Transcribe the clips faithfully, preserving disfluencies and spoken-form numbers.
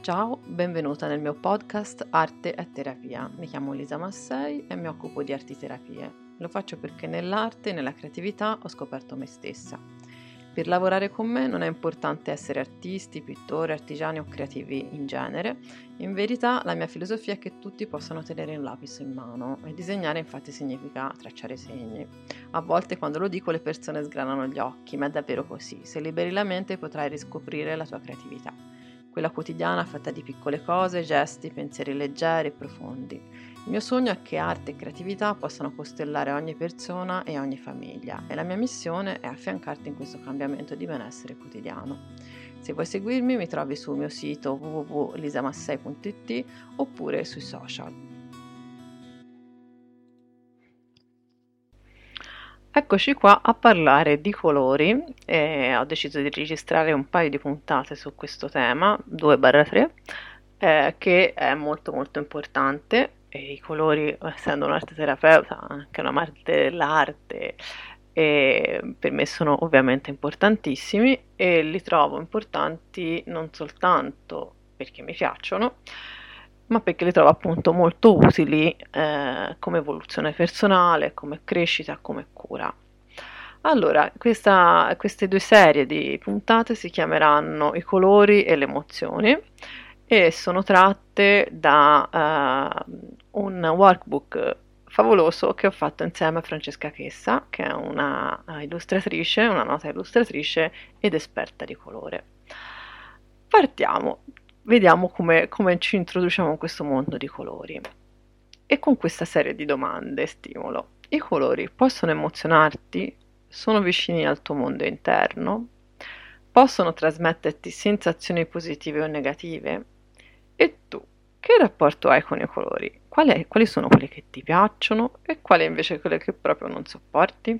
Ciao, benvenuta nel mio podcast Arte e Terapia. Mi chiamo Lisa Massei e mi occupo di arti terapie. Lo faccio perché nell'arte e nella creatività ho scoperto me stessa. Per lavorare con me non è importante essere artisti, pittori, artigiani o creativi in genere. In verità la mia filosofia è che tutti possano tenere un lapis in mano e disegnare infatti significa tracciare segni. A volte quando lo dico le persone sgranano gli occhi, ma è davvero così. Se liberi la mente potrai riscoprire la tua creatività. Quella quotidiana fatta di piccole cose, gesti, pensieri leggeri e profondi. Il mio sogno è che arte e creatività possano costellare ogni persona e ogni famiglia e la mia missione è affiancarti in questo cambiamento di benessere quotidiano. Se vuoi seguirmi mi trovi sul mio sito w w w punto lisamassei punto i t oppure sui social. Eccoci qua a parlare di colori e ho deciso di registrare un paio di puntate su questo tema, due tre, eh, che è molto molto importante e i colori, essendo un'arte terapeuta, anche una parte dell'arte, e per me sono ovviamente importantissimi e li trovo importanti non soltanto perché mi piacciono, ma perché li trovo appunto molto utili eh, come evoluzione personale, come crescita, come cura. Allora, questa, queste due serie di puntate si chiameranno I colori e le emozioni e sono tratte da uh, un workbook favoloso che ho fatto insieme a Francesca Chessa, che è una illustratrice, una nota illustratrice ed esperta di colore. Partiamo. Vediamo come, come ci introduciamo in questo mondo di colori. E con questa serie di domande stimolo. I colori possono emozionarti? Sono vicini al tuo mondo interno? Possono trasmetterti sensazioni positive o negative? E tu, che rapporto hai con i colori? Quali, quali sono quelli che ti piacciono e quali invece quelli che proprio non sopporti?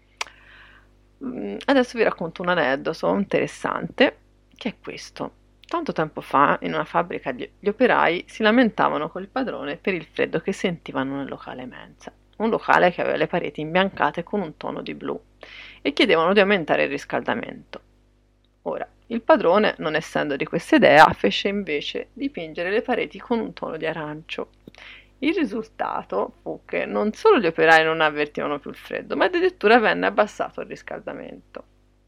Adesso vi racconto un aneddoto interessante, che è questo. Tanto tempo fa, in una fabbrica, gli operai si lamentavano col padrone per il freddo che sentivano nel locale mensa, un locale che aveva le pareti imbiancate con un tono di blu, e chiedevano di aumentare il riscaldamento. Ora, il padrone, non essendo di questa idea, fece invece dipingere le pareti con un tono di arancio. Il risultato fu che non solo gli operai non avvertivano più il freddo, ma addirittura venne abbassato il riscaldamento.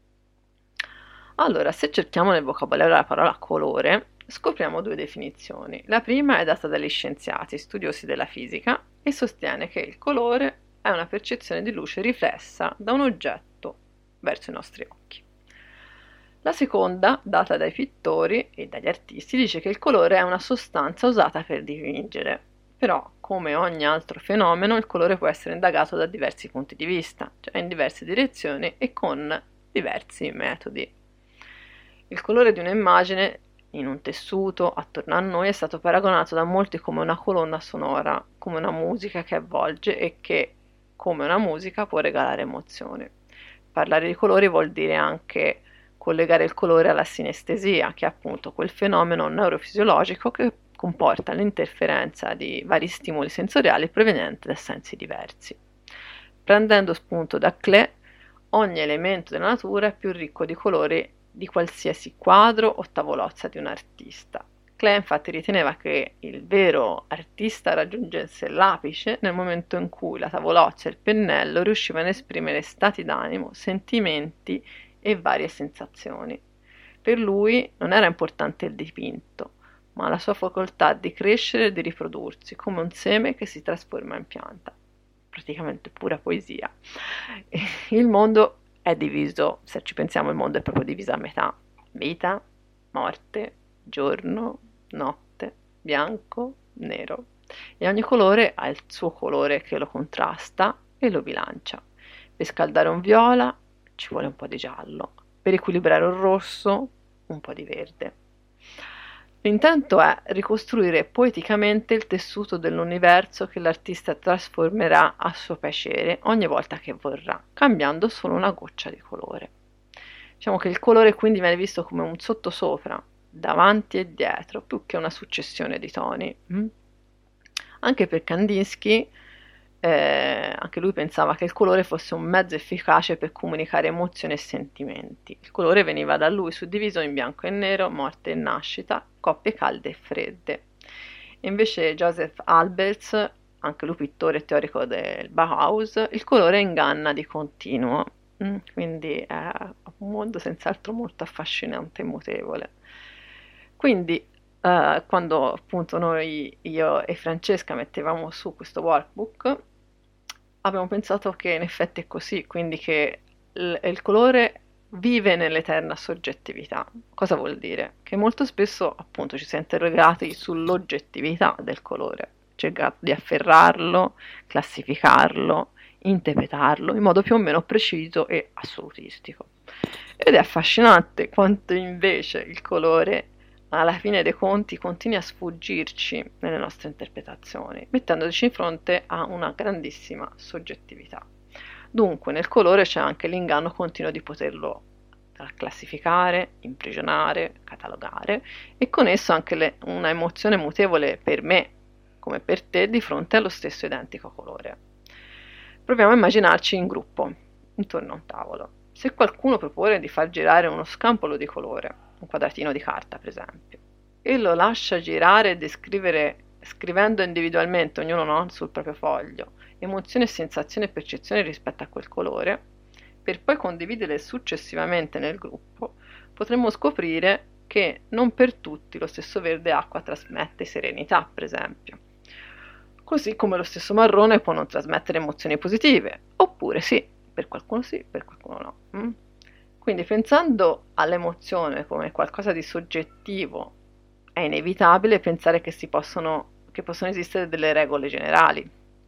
Allora, se cerchiamo nel vocabolario la parola colore, scopriamo due definizioni. La prima è data dagli scienziati, studiosi della fisica, e sostiene che il colore è una percezione di luce riflessa da un oggetto verso i nostri occhi. La seconda, data dai pittori e dagli artisti, dice che il colore è una sostanza usata per dipingere. Però, come ogni altro fenomeno, il colore può essere indagato da diversi punti di vista, cioè in diverse direzioni e con diversi metodi. Il colore di un'immagine in un tessuto attorno a noi è stato paragonato da molti come una colonna sonora, come una musica che avvolge e che, come una musica, può regalare emozioni. Parlare di colori vuol dire anche collegare il colore alla sinestesia, che è appunto quel fenomeno neurofisiologico che comporta l'interferenza di vari stimoli sensoriali provenienti da sensi diversi. Prendendo spunto da Klee, ogni elemento della natura è più ricco di colori di qualsiasi quadro o tavolozza di un artista. Klee infatti riteneva che il vero artista raggiungesse l'apice nel momento in cui la tavolozza e il pennello riuscivano a esprimere stati d'animo, sentimenti e varie sensazioni. Per lui non era importante il dipinto, ma la sua facoltà di crescere e di riprodursi, come un seme che si trasforma in pianta. Praticamente pura poesia. Il mondo è diviso, se ci pensiamo il mondo è proprio diviso a metà: vita, morte, giorno, notte, bianco, nero, e ogni colore ha il suo colore che lo contrasta e lo bilancia. Per scaldare un viola ci vuole un po' di giallo, per equilibrare un rosso un po' di verde. L'intento è ricostruire poeticamente il tessuto dell'universo che l'artista trasformerà a suo piacere ogni volta che vorrà, cambiando solo una goccia di colore. Diciamo che il colore quindi viene visto come un sottosopra, davanti e dietro, più che una successione di toni. Anche per Kandinsky eh, anche lui pensava che il colore fosse un mezzo efficace per comunicare emozioni e sentimenti. Il colore veniva da lui suddiviso in bianco e nero, morte e nascita, coppie calde e fredde. E invece Joseph Albers, anche lui pittore e teorico del Bauhaus, il colore inganna di continuo. Mm, quindi è un mondo senz'altro molto affascinante e mutevole. Quindi eh, quando appunto noi, io e Francesca mettevamo su questo workbook, abbiamo pensato che in effetti è così, quindi che il, il colore vive nell'eterna soggettività. Cosa vuol dire? Che molto spesso appunto ci si è interrogati sull'oggettività del colore, cercato di afferrarlo, classificarlo, interpretarlo in modo più o meno preciso e assolutistico. Ed è affascinante quanto invece il colore alla fine dei conti continui a sfuggirci nelle nostre interpretazioni, mettendoci di fronte a una grandissima soggettività. Dunque nel colore c'è anche l'inganno continuo di poterlo classificare, imprigionare, catalogare e con esso anche le, una emozione mutevole per me come per te di fronte allo stesso identico colore. Proviamo a immaginarci in gruppo, intorno a un tavolo. Se qualcuno propone di far girare uno scampolo di colore, un quadratino di carta per esempio, e lo lascia girare e descrivere scrivendo individualmente, ognuno no, sul proprio foglio, emozioni, sensazioni e percezioni rispetto a quel colore, per poi condividerle successivamente nel gruppo, potremmo scoprire che non per tutti lo stesso verde acqua trasmette serenità, per esempio. Così come lo stesso marrone può non trasmettere emozioni positive, oppure sì, per qualcuno sì, per qualcuno no. Mm? Quindi pensando all'emozione come qualcosa di soggettivo, è inevitabile pensare che, si possono, che possono esistere delle regole generali,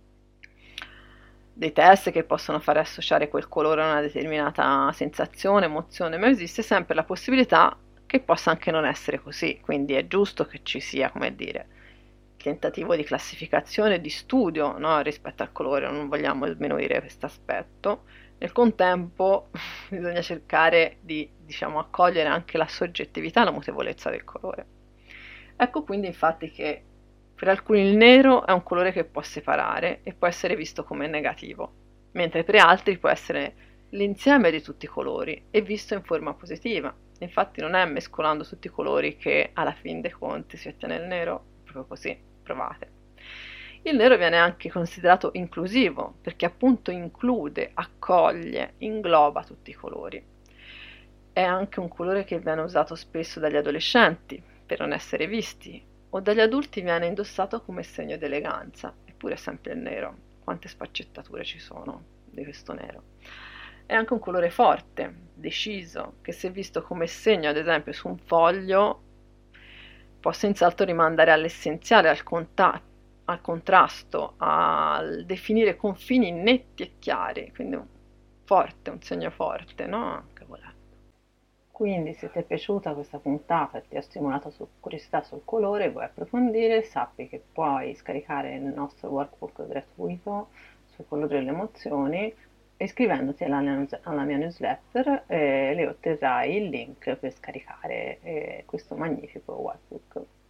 dei test che possono fare associare quel colore a una determinata sensazione, emozione, ma esiste sempre la possibilità che possa anche non essere così, quindi è giusto che ci sia, come dire, tentativo di classificazione, di studio, no, rispetto al colore, non vogliamo sminuire questo aspetto. Nel contempo bisogna cercare di, diciamo, accogliere anche la soggettività, la mutevolezza del colore. Ecco quindi infatti che per alcuni il nero è un colore che può separare e può essere visto come negativo, mentre per altri può essere l'insieme di tutti i colori e visto in forma positiva. Infatti non è mescolando tutti i colori che alla fin dei conti si ottiene il nero, proprio così, provate. Il nero viene anche considerato inclusivo perché appunto include, accoglie, ingloba tutti i colori. È anche un colore che viene usato spesso dagli adolescenti per non essere visti, o dagli adulti viene indossato come segno di eleganza, eppure è sempre il nero. Quante sfaccettature ci sono di questo nero. È anche un colore forte, deciso, che se visto come segno, ad esempio, su un foglio, può senz'altro rimandare all'essenziale, al contatto, al contrasto, al definire confini netti e chiari, quindi un forte, un segno forte, no? Anche volendo. Quindi se ti è piaciuta questa puntata e ti ha stimolato su curiosità sul colore e vuoi approfondire, sappi che puoi scaricare il nostro workbook gratuito sui colori delle emozioni iscrivendoti alla, alla mia newsletter e le otterrai il link per scaricare eh, questo magnifico workbook.